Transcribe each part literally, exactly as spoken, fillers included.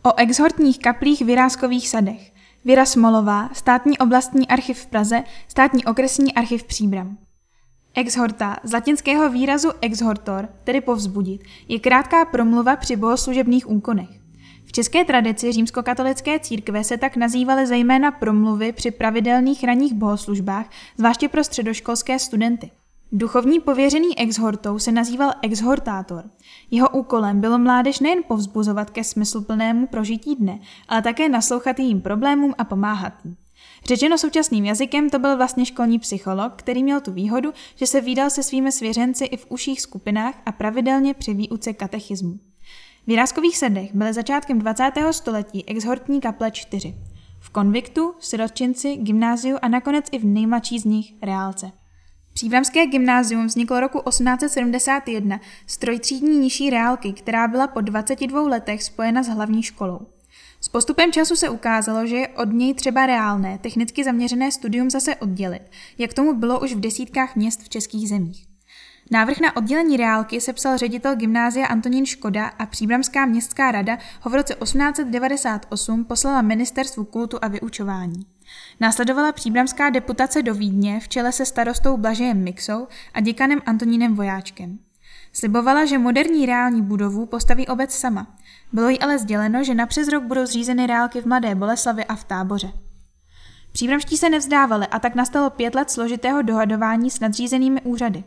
O exhortních kaplích v Jiráskových sadech. Věra Smolová, Státní oblastní archiv v Praze, Státní okresní archiv Příbram. Exhorta, z latinského výrazu exhortor, tedy povzbudit, je krátká promluva při bohoslužebných úkonech. V české tradici římskokatolické církve se tak nazývaly zejména promluvy při pravidelných ranních bohoslužbách, zvláště pro středoškolské studenty. Duchovní pověřený exhortou se nazýval exhortátor. Jeho úkolem bylo mládež nejen povzbuzovat ke smysluplnému prožití dne, ale také naslouchat jejím problémům a pomáhat jim. Řečeno současným jazykem, to byl vlastně školní psycholog, který měl tu výhodu, že se vídal se svými svěřenci i v užších skupinách a pravidelně při výuce katechismu. V Jiráskových sadech byly začátkem dvacátého století exhortní kaple čtyři. V konviktu, sirotčinci, gymnáziu a nakonec i v nejmladší z nich, reálce. Příbramské gymnázium vzniklo roku osmnáct set sedmdesát jedna z trojtřídní nižší reálky, která byla po dvaceti dvou letech spojena s hlavní školou. S postupem času se ukázalo, že je od něj třeba reálné, technicky zaměřené studium zase oddělit, jak tomu bylo už v desítkách měst v českých zemích. Návrh na oddělení reálky sepsal ředitel gymnázia Antonín Škoda a Příbramská městská rada ho v roce osmnáct set devadesát osm poslala Ministerstvu kultu a vyučování. Následovala příbramská deputace do Vídně v čele se starostou Blažejem Mixou a děkanem Antonínem Vojáčkem. Slibovala, že moderní reální budovu postaví obec sama. Bylo jí ale sděleno, že napřes rok budou zřízeny reálky v Mladé Boleslavi a v Táboře. Příbramští se nevzdávali a tak nastalo pět let složitého dohadování s nadřízenými úřady.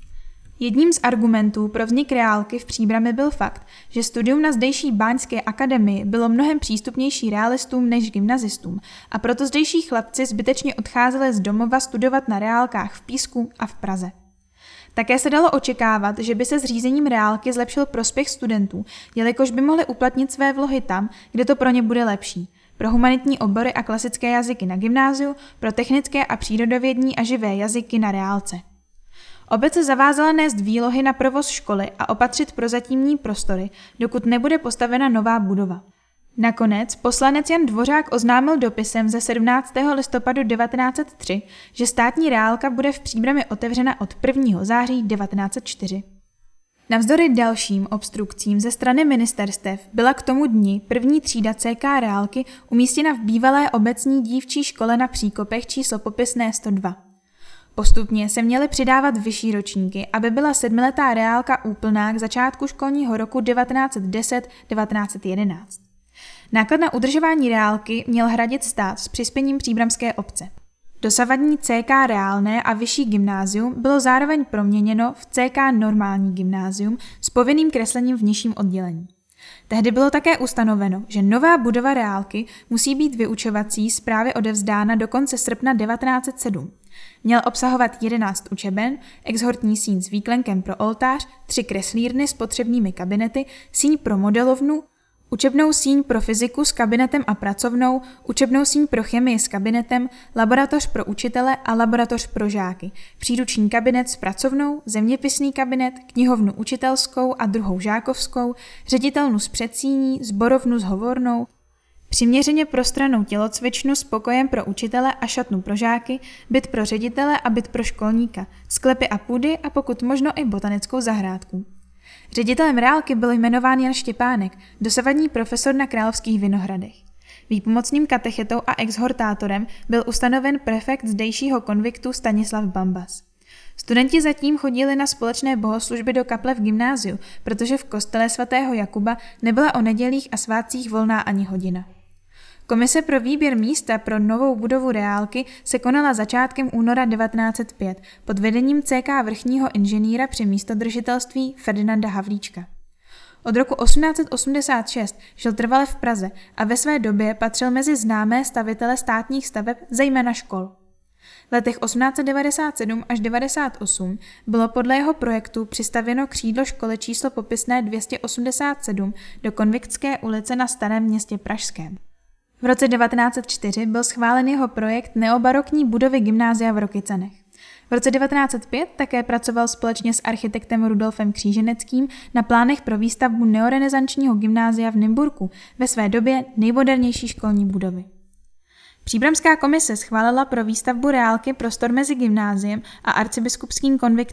Jedním z argumentů pro vznik reálky v Příbrami byl fakt, že studium na zdejší Báňské akademii bylo mnohem přístupnější realistům než gymnazistům a proto zdejší chlapci zbytečně odcházeli z domova studovat na reálkách v Písku a v Praze. Také se dalo očekávat, že by se zřízením reálky zlepšil prospěch studentů, jelikož by mohli uplatnit své vlohy tam, kde to pro ně bude lepší. Pro humanitní obory a klasické jazyky na gymnáziu, pro technické a přírodovědní a živé jazyky na reálce. Obec se zavázala nést výlohy na provoz školy a opatřit prozatímní prostory, dokud nebude postavena nová budova. Nakonec poslanec Jan Dvořák oznámil dopisem ze sedmnáctého listopadu devatenáct set tři, že státní reálka bude v Příbrami otevřena od prvního září devatenáct set čtyři. Navzdory dalším obstrukcím ze strany ministerstev byla k tomu dni první třída C K reálky umístěna v bývalé obecní dívčí škole na Příkopech číslo popisné sto dva. Postupně se měly přidávat vyšší ročníky, aby byla sedmiletá reálka úplná k začátku školního roku devatenáct set deset devatenáct set jedenáct. Náklad na udržování reálky měl hradit stát s přispěním příbramské obce. Dosavadní C K reálné a vyšší gymnázium bylo zároveň proměněno v C K normální gymnázium s povinným kreslením v nižším oddělení. Tehdy bylo také ustanoveno, že nová budova reálky musí být vyučovací správě odevzdána do konce srpna devatenáct set sedm. Měl obsahovat jedenáct učeben, exhortní síň s výklenkem pro oltář, tři kreslírny s potřebnými kabinety, síň pro modelovnu, učebnou síň pro fyziku s kabinetem a pracovnou, učebnou síň pro chemii s kabinetem, laboratoř pro učitele a laboratoř pro žáky, příruční kabinet s pracovnou, zeměpisný kabinet, knihovnu učitelskou a druhou žákovskou, ředitelnu s předsíní, sborovnu s hovornou, přiměřeně prostrannou tělocvičnu s pokojem pro učitele a šatnu pro žáky, byt pro ředitele a byt pro školníka, sklepy a půdy a pokud možno i botanickou zahrádku. Ředitelem reálky byl jmenován Jan Štěpánek, dosavadní profesor na Královských Vinohradech. Výpomocným katechetou a exhortátorem byl ustanoven prefekt zdejšího konviktu Stanislav Bambas. Studenti zatím chodili na společné bohoslužby do kaple v gymnáziu, protože v kostele svatého Jakuba nebyla o nedělích a svátcích volná ani hodina. Komise pro výběr místa pro novou budovu reálky se konala začátkem února devatenáct set pět pod vedením C K vrchního inženýra při místodržitelství Ferdinanda Havlíčka. Od roku osmnáct set osmdesát šest žil trvale v Praze a ve své době patřil mezi známé stavitele státních staveb, zejména škol. V letech osmnáct set devadesát sedm až devadesát osm bylo podle jeho projektu přistavěno křídlo školy číslo popisné dvě stě osmdesát sedm do Konviktské ulice na Starém Městě pražském. V roce devatenáct set čtyři byl schválen jeho projekt neobarokní budovy gymnázia v Rokycanech. V roce devatenáct set pět také pracoval společně s architektem Rudolfem Kříženeckým na plánech pro výstavbu neorenesančního gymnázia v Nymburku, ve své době nejmodernější školní budovy. Příbramská komise schválila pro výstavbu reálky prostor mezi gymnáziem a arcibiskupským konviktem.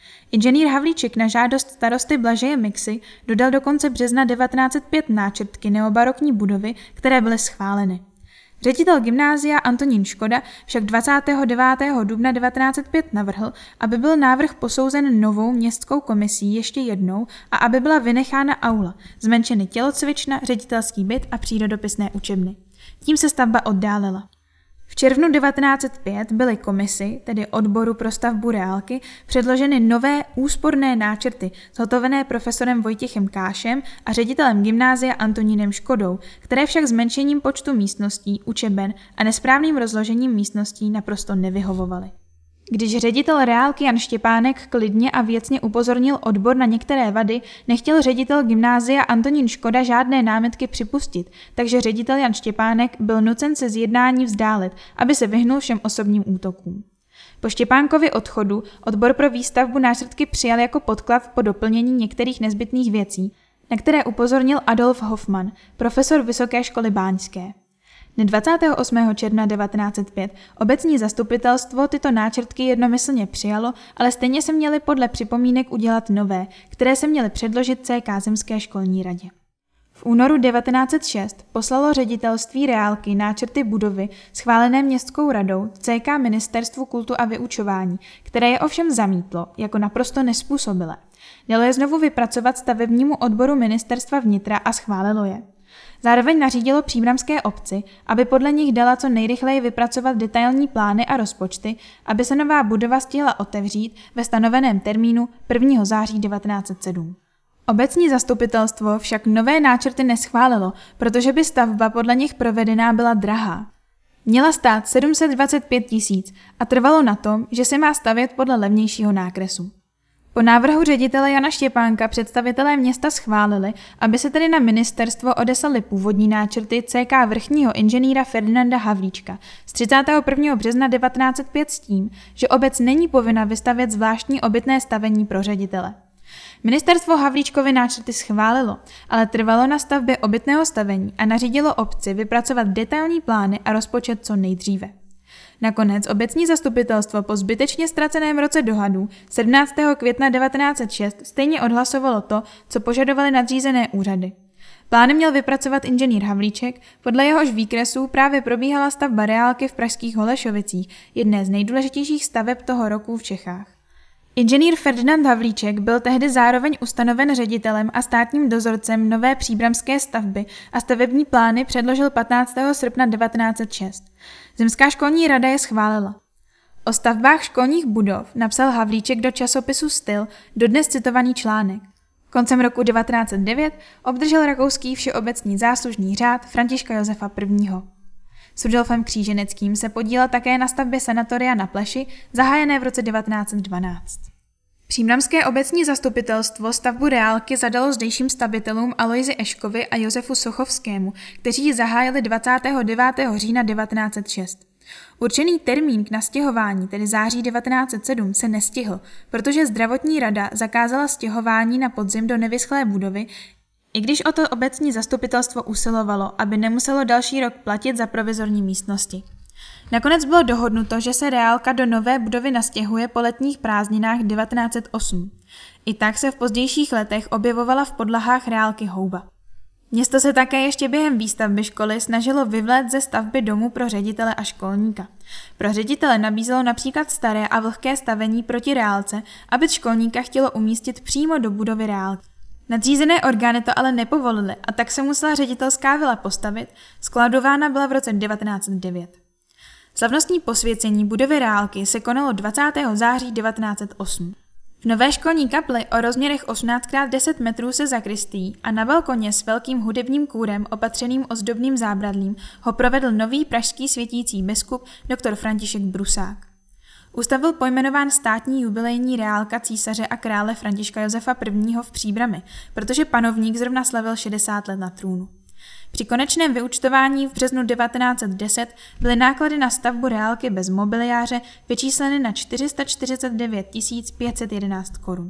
Inženýr Havlíček na žádost starosty Blažeje Miksy dodal do konce března devatenáct set pět náčrtky neobarokní budovy, které byly schváleny. Ředitel gymnázia Antonín Škoda však dvacátého devátého dubna devatenáct set pět navrhl, aby byl návrh posouzen novou městskou komisí ještě jednou a aby byla vynechána aula, zmenšeny tělocvična, ředitelský byt a přírodopisné učebny. Tím se stavba oddálila. V červnu devatenáct set pět byly komisi, tedy odboru pro stavbu reálky, předloženy nové úsporné náčrty, zhotovené profesorem Vojtěchem Kášem a ředitelem gymnázia Antonínem Škodou, které však zmenšením počtu místností, učeben a nesprávným rozložením místností naprosto nevyhovovaly. Když ředitel reálky Jan Štěpánek klidně a věcně upozornil odbor na některé vady, nechtěl ředitel gymnázia Antonín Škoda žádné námitky připustit, takže ředitel Jan Štěpánek byl nucen se z jednání vzdálit, aby se vyhnul všem osobním útokům. Po Štěpánkově odchodu odbor pro výstavbu náčrtky přijal jako podklad po doplnění některých nezbytných věcí, na které upozornil Adolf Hoffmann, profesor Vysoké školy báňské. Dne dvacátého osmého června devatenáct set pět obecní zastupitelstvo tyto náčrtky jednomyslně přijalo, ale stejně se měly podle připomínek udělat nové, které se měly předložit C K zemské školní radě. V únoru devatenáct set šest poslalo ředitelství reálky náčrty budovy schválené městskou radou C K Ministerstvu kultu a vyučování, které je ovšem zamítlo jako naprosto nezpůsobilé. Dalo je znovu vypracovat stavebnímu odboru ministerstva vnitra a schválilo je. Zároveň nařídilo příbramské obci, aby podle nich dala co nejrychleji vypracovat detailní plány a rozpočty, aby se nová budova stihla otevřít ve stanoveném termínu prvního září devatenáct set sedm. Obecní zastupitelstvo však nové náčrty neschválilo, protože by stavba podle nich provedená byla drahá. Měla stát sedm set dvacet pět tisíc a trvalo na tom, že se má stavět podle levnějšího nákresu. Po návrhu ředitele Jana Štěpánka představitelé města schválili, aby se tedy na ministerstvo odeslaly původní náčrty C K vrchního inženýra Ferdinanda Havlíčka z třicátého prvního března devatenáct set pět s tím, že obec není povinna vystavět zvláštní obytné stavení pro ředitele. Ministerstvo Havlíčkovy náčrty schválilo, ale trvalo na stavbě obytného stavení a nařídilo obci vypracovat detailní plány a rozpočet co nejdříve. Nakonec obecní zastupitelstvo po zbytečně ztraceném roce dohadů sedmnáctého května devatenáct set šest stejně odhlasovalo to, co požadovaly nadřízené úřady. Plány měl vypracovat inženýr Havlíček, podle jehož výkresů právě probíhala stavba reálky v pražských Holešovicích, jedné z nejdůležitějších staveb toho roku v Čechách. Inženýr Ferdinand Havlíček byl tehdy zároveň ustanoven ředitelem a státním dozorcem nové příbramské stavby a stavební plány předložil patnáctého srpna devatenáct set šest. Zemská školní rada je schválila. O stavbách školních budov napsal Havlíček do časopisu Styl dodnes citovaný článek. Koncem roku devatenáct set devět obdržel rakouský všeobecný záslužný řád Františka Josefa prvního. S Rudolfem Kříženeckým se podílel také na stavbě sanatoria na Pleši, zahájené v roce devatenáct set dvanáct. Příbramské obecní zastupitelstvo stavbu reálky zadalo zdejším stavitelům Alojzi Eškovi a Josefu Sochovskému, kteří ji zahájili dvacátého devátého října devatenáct set šest. Určený termín k nastěhování, tedy září devatenáct set sedm, se nestihl, protože zdravotní rada zakázala stěhování na podzim do nevyschlé budovy, i když o to obecní zastupitelstvo usilovalo, aby nemuselo další rok platit za provizorní místnosti. Nakonec bylo dohodnuto, že se reálka do nové budovy nastěhuje po letních prázdninách devatenáct set osm. I tak se v pozdějších letech objevovala v podlahách reálky houba. Město se také ještě během výstavby školy snažilo vyvléct ze stavby domu pro ředitele a školníka. Pro ředitele nabízelo například staré a vlhké stavení proti reálce, aby školníka chtělo umístit přímo do budovy reálky. Nadřízené orgány to ale nepovolily a tak se musela ředitelská vila postavit, skladována byla v roce devatenáct set devět. Slavnostní posvěcení budovy reálky se konalo dvacátého září devatenáct set osm. V nové školní kapli o rozměrech osmnáct krát deset metrů se zakrystií a na balkoně s velkým hudebním kůrem opatřeným ozdobným zábradlím ho provedl nový pražský světící biskup doktor František Brusák. Ústav byl pojmenován státní jubilejní reálka císaře a krále Františka Josefa prvního v Příbrami, protože panovník zrovna slavil šedesát let na trůnu. Při konečném vyúčtování v březnu devatenáct set deset byly náklady na stavbu reálky bez mobiliáře vyčísleny na čtyři sta čtyřicet devět tisíc pět set jedenáct korun.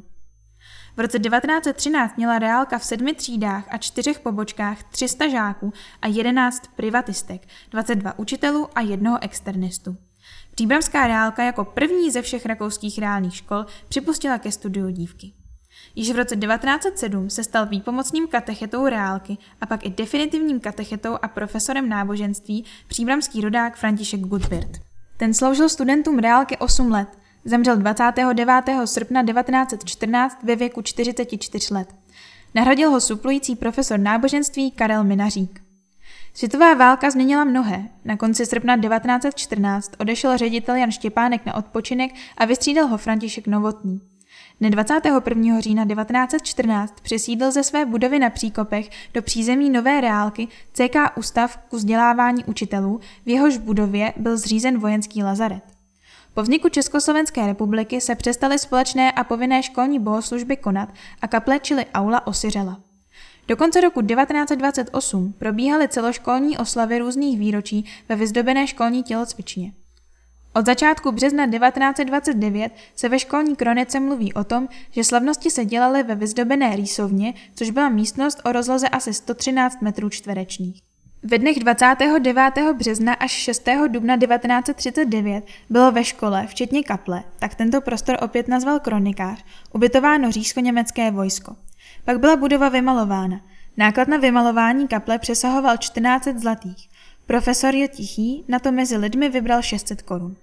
V roce devatenáct set třináct měla reálka v sedmi třídách a čtyřech pobočkách tři sta žáků a jedenáct privatistek, dvacet dva učitelů a jednoho externistu. Příbramská reálka jako první ze všech rakouských reálných škol připustila ke studiu dívky. Již v roce devatenáct set sedm se stal výpomocným katechetou reálky a pak i definitivním katechetou a profesorem náboženství příbramský rodák František Gutwirth. Ten sloužil studentům reálky osm let, zemřel dvacátého devátého srpna devatenáct set čtrnáct ve věku čtyřiceti čtyř let. Nahradil ho suplující profesor náboženství Karel Minařík. Světová válka změnila mnohé. Na konci srpna devatenáct set čtrnáct odešel ředitel Jan Štěpánek na odpočinek a vystřídal ho František Novotný. Dne dvacátého prvního října devatenáct set čtrnáct přesídlil ze své budovy na Příkopech do přízemí nové reálky C K Ústav ku vzdělávání učitelů, v jehož budově byl zřízen vojenský lazaret. Po vzniku Československé republiky se přestaly společné a povinné školní bohoslužby konat a kaple čili aula osiřela. Do konce roku devatenáct set dvacet osm probíhaly celoškolní oslavy různých výročí ve vyzdobené školní tělocvičně. Od začátku března devatenáct set dvacet devět se ve školní kronice mluví o tom, že slavnosti se dělaly ve vyzdobené rýsovně, což byla místnost o rozloze asi sto třináct metrů čtverečních. Ve dnech dvacátého devátého března až šestého dubna devatenáct set třicet devět bylo ve škole, včetně kaple, tak tento prostor opět nazval kronikář, ubytováno říšsko-německé vojsko. Pak byla budova vymalována. Náklad na vymalování kaple přesahoval čtrnáct set zlatých. Profesor J. Tichý na to mezi lidmi vybral šest set korun.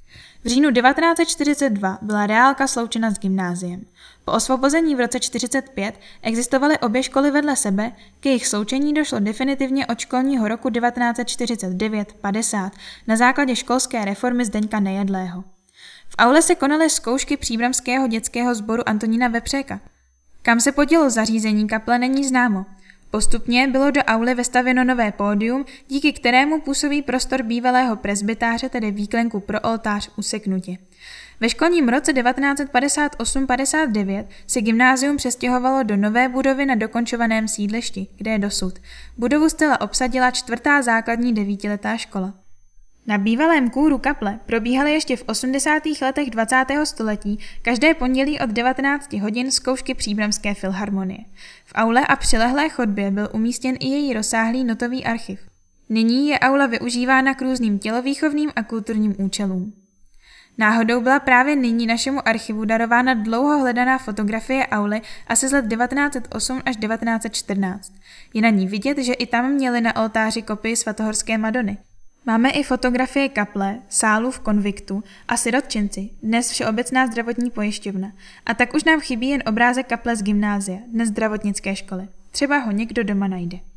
V říjnu devatenáct set čtyřicet dva byla reálka sloučena s gymnáziem. Po osvobození v roce čtyřicet pět existovaly obě školy vedle sebe, k jejich sloučení došlo definitivně od školního roku devatenáct set čtyřicet devět padesát na základě školské reformy Zdeňka Nejedlého. V aule se konaly zkoušky příbramského dětského sboru Antonína Vepřéka. Kam se podělo zařízení kaple, není známo. Postupně bylo do auly vestavěno nové pódium, díky kterému působí prostor bývalého presbytáře, tedy výklenku pro oltář, useknutě. Ve školním roce devatenáct set padesát osm padesát devět se gymnázium přestěhovalo do nové budovy na dokončovaném sídlišti, kde je dosud. Budovu zcela obsadila čtvrtá základní devítiletá škola. Na bývalém kůru kaple probíhaly ještě v osmdesátých letech dvacátého století každé pondělí od devatenácti hodin zkoušky Příbramské filharmonie. V aule a přilehlé chodbě byl umístěn i její rozsáhlý notový archiv. Nyní je aula využívána k různým tělovýchovným a kulturním účelům. Náhodou byla právě nyní našemu archivu darována dlouho hledaná fotografie auly asi z let devatenáct set osm až devatenáct set čtrnáct. Je na ní vidět, že i tam měli na oltáři kopii Svatohorské Madony. Máme i fotografie kaple, sálu v konviktu a sirotčinci, dnes Všeobecná zdravotní pojišťovna. A tak už nám chybí jen obrázek kaple z gymnázia, dnes zdravotnické školy. Třeba ho někdo doma najde.